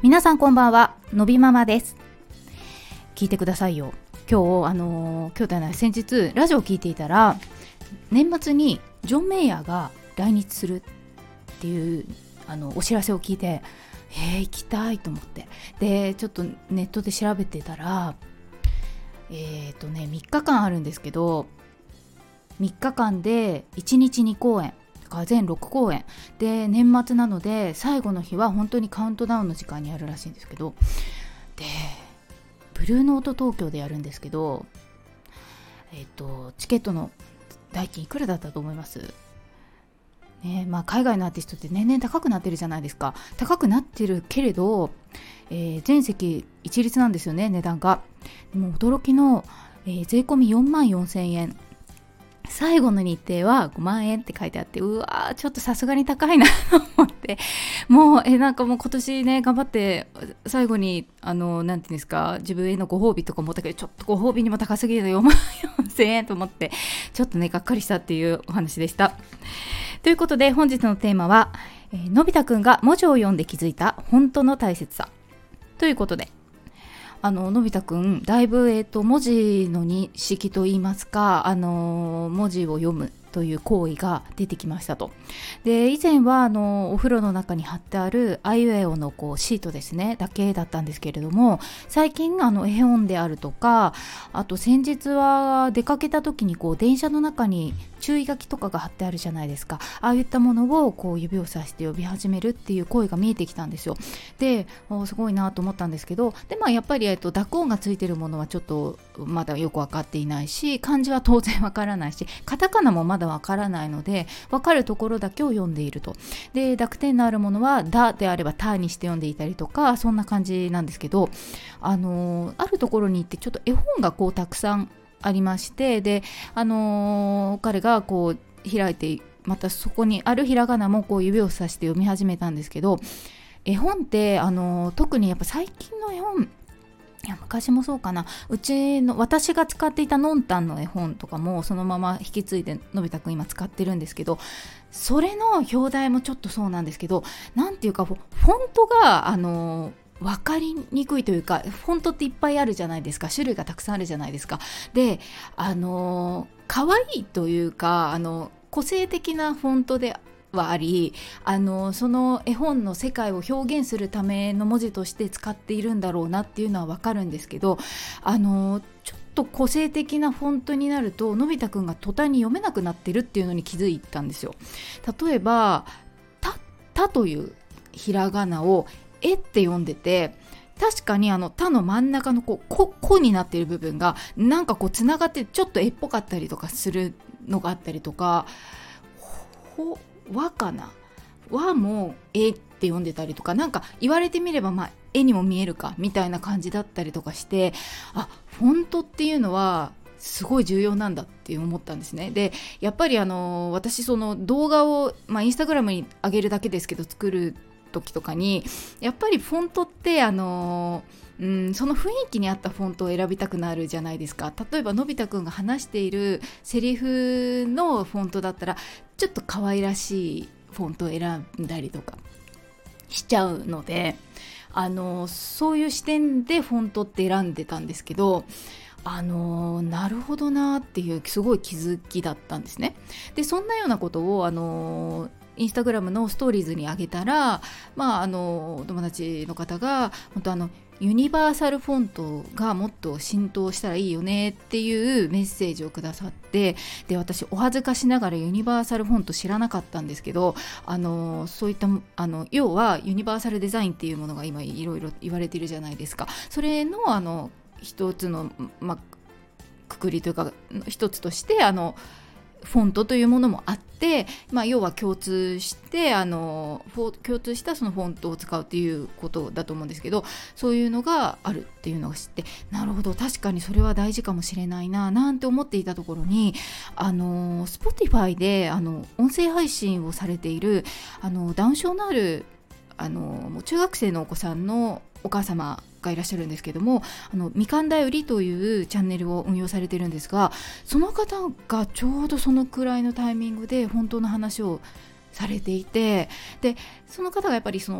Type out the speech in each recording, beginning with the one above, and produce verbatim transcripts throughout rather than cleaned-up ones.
皆さんこんばんは、のびママです。聞いてくださいよ。今日あのー、今日ではない先日ラジオを聞いていたら、年末にジョン・メイヤーが来日するっていうあのお知らせを聞いて、えー、行きたいと思って、でちょっとネットで調べてたら、えーとねみっかかんあるんですけど、みっかかんでいちにちにこうえん全ろくこうえんで、年末なので最後の日は本当にカウントダウンの時間にやるらしいんですけど、でブルーノート東京でやるんですけど、えっとチケットの代金いくらだったと思います？ね、まあ海外のアーティストって年々高くなってるじゃないですか。高くなってるけれど、えー、全席一律なんですよね、値段が。もう驚きの、えー、税込みよんまんよんせんえん、最後の日程はごまんえんって書いてあって、うわーちょっとさすがに高いなと思って、もうえなんかもう今年ね頑張って最後にあのなんていうんですか、自分へのご褒美とか思ったけど、ちょっとご褒美にも高すぎるのよんまんよんせんえんと思って、ちょっとねがっかりしたっていうお話でした。ということで本日のテーマは、えー、のび太くんが文字を読んで気づいた本当の大切さということで、あののび太くんだいぶ、えーと、文字の認識といいますか、あの文字を読むという行為が出てきましたと。で以前はあのお風呂の中に貼ってあるアイウェイオのこうシートですねだけだったんですけれども、最近あの絵本であるとか、あと先日は出かけた時にこう電車の中に注意書きとかが貼ってあるじゃないですか。ああいったものをこう指をさして呼び始めるっていう声が見えてきたんですよ。で、すごいなと思ったんですけど、で、まあ、やっぱり、えっと、濁音がついてるものはちょっとまだよく分かっていないし、漢字は当然分からないし、カタカナもまだ分からないので、分かるところだけを読んでいると。で、濁点のあるものはだであればたにして読んでいたりとか、そんな感じなんですけど、あのー、あるところに行ってちょっと絵本がこうたくさんありまして、で、あのー、彼がこう開いて、またそこにあるひらがなもこう指をさして読み始めたんですけど、絵本って、あのー、特にやっぱ最近の絵本、いや昔もそうかな、うちの私が使っていたのんたんの絵本とかもそのまま引き継いでのび太くん今使ってるんですけど、それの表題もちょっとそうなんですけど、なんていうかフォントがあのー分かりにくいというか、フォントっていっぱいあるじゃないですか、種類がたくさんあるじゃないですか。で、あの可愛いというか、あの個性的なフォントではあり、あのその絵本の世界を表現するための文字として使っているんだろうなっていうのは分かるんですけど、あのちょっと個性的なフォントになるとのび太くんが途端に読めなくなってるっていうのに気づいたんですよ。例えばた、たというひらがなをえって読んでて、確かにあのたの真ん中のこうここになっている部分がなんかこうつながってちょっとえっぽかったりとかするのがあったりとか、ほわかなわもえって読んでたりとか、なんか言われてみればまあ絵にも見えるかみたいな感じだったりとかして、あ、フォントっていうのはすごい重要なんだって思ったんですね。でやっぱりあの私その動画を、まあ、インスタグラムに上げるだけですけど作る時とかにやっぱりフォントってあのーうん、その雰囲気に合ったフォントを選びたくなるじゃないですか。例えばのび太くんが話しているセリフのフォントだったらちょっと可愛らしいフォントを選んだりとかしちゃうので、あのー、そういう視点でフォントって選んでたんですけど、あのー、なるほどなっていうすごい気づきだったんですね。でそんなようなことをあのーインスタグラムのストーリーズに上げたら、まあ、あのお友達の方が本当あのユニバーサルフォントがもっと浸透したらいいよねっていうメッセージをくださって、で私お恥ずかしながらユニバーサルフォント知らなかったんですけど、あのそういったあの要はユニバーサルデザインっていうものが今いろいろ言われているじゃないですか。それのあの一つの、ま、くくりというか一つとしてあのフォントというものもあって、まあ、要は共通してあの共通したそのフォントを使うっていうことだと思うんですけど、そういうのがあるっていうのを知って、なるほど確かにそれは大事かもしれないななんて思っていたところに、あの Spotify であの音声配信をされているあのダウン症のあるあのもう中学生のお子さんのお母様がいらっしゃるんですけども、あのみかんだよりというチャンネルを運用されてるんですが、その方がちょうどそのくらいのタイミングで本当の話をされていて、でその方がやっぱりその、え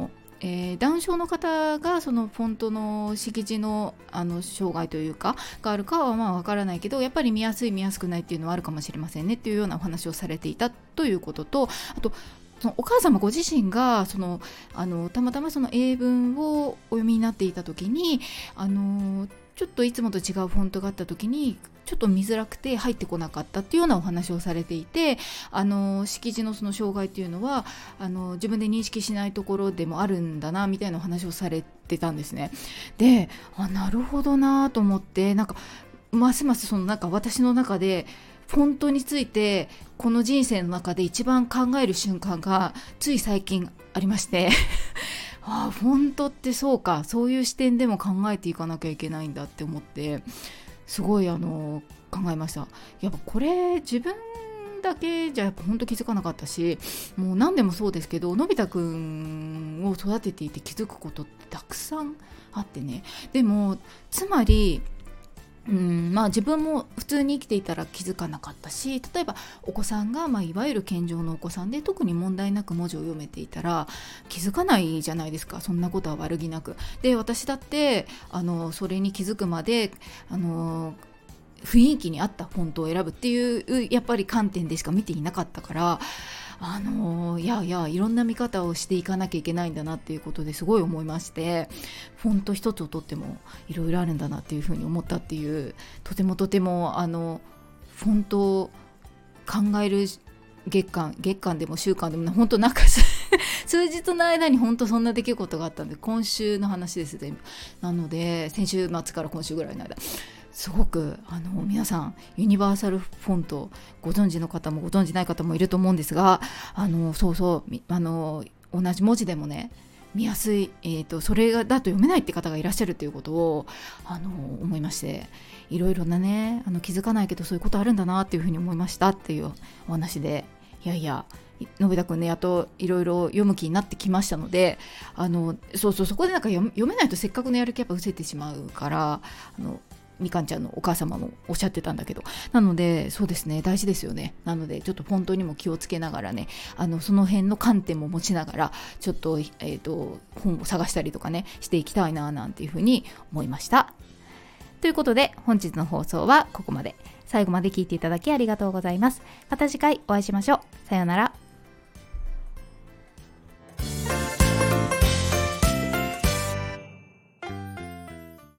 えー、ダウン症の方がそのフォントの識字の、あの障害というかがあるかはまあわからないけど、やっぱり見やすい見やすくないっていうのはあるかもしれませんねっていうようなお話をされていたということと、あとそのお母様ご自身がそのあのたまたまその英文をお読みになっていた時に、あのちょっといつもと違うフォントがあった時にちょっと見づらくて入ってこなかったっていうようなお話をされていて、あの識字のその障害っていうのはあの自分で認識しないところでもあるんだなみたいなお話をされてたんですね。で、あ、なるほどなと思って、なんかますますそのなんか私の中でフォントについてこの人生の中で一番考える瞬間がつい最近ありましてああ、フォントってそうか、そういう視点でも考えていかなきゃいけないんだって思って、すごいあの考えました。やっぱこれ自分だけじゃやっぱ本当気づかなかったし、もう何でもそうですけど、のび太くんを育てていて気づくことってたくさんあってね。でもつまりうんまあ、自分も普通に生きていたら気づかなかったし、例えばお子さんが、まあ、いわゆる健常のお子さんで特に問題なく文字を読めていたら気づかないじゃないですか。そんなことは悪気なく。で、私だってあのそれに気づくまであの雰囲気に合ったフォントを選ぶっていうやっぱり観点でしか見ていなかったから、あのいやいやいろんな見方をしていかなきゃいけないんだなっていうことですごい思いまして、フォント一つをとってもいろいろあるんだなっていうふうに思ったっていう、とてもとてもあのフォントを考える月間月間でも週間でも本当なんか数日の間に本当そんな出来事があったんで、今週の話です全部なので、先週末から今週ぐらいの間すごくあの皆さんユニバーサルフォントご存知の方もご存知ない方もいると思うんですが、あのそうそうあの同じ文字でもね見やすい、えーと、それがだと読めないって方がいらっしゃるということをあの思いまして、いろいろなねあの気づかないけどそういうことあるんだなっていうふうに思いましたっていうお話で、いやいやのび太くんね、あといろいろ読む気になってきましたので、あのそうそうそこでなんか 読, 読めないとせっかくのやる気やっぱ失せてしまうから、あのみかんちゃんのお母様もおっしゃってたんだけど、なのでそうですね、大事ですよね。なのでちょっとフォントにも気をつけながらね、あのその辺の観点も持ちながらちょっと、えーと、本を探したりとかねしていきたいななんていうふうに思いました。ということで本日の放送はここまで。最後まで聞いていただきありがとうございます。また次回お会いしましょう。さようなら。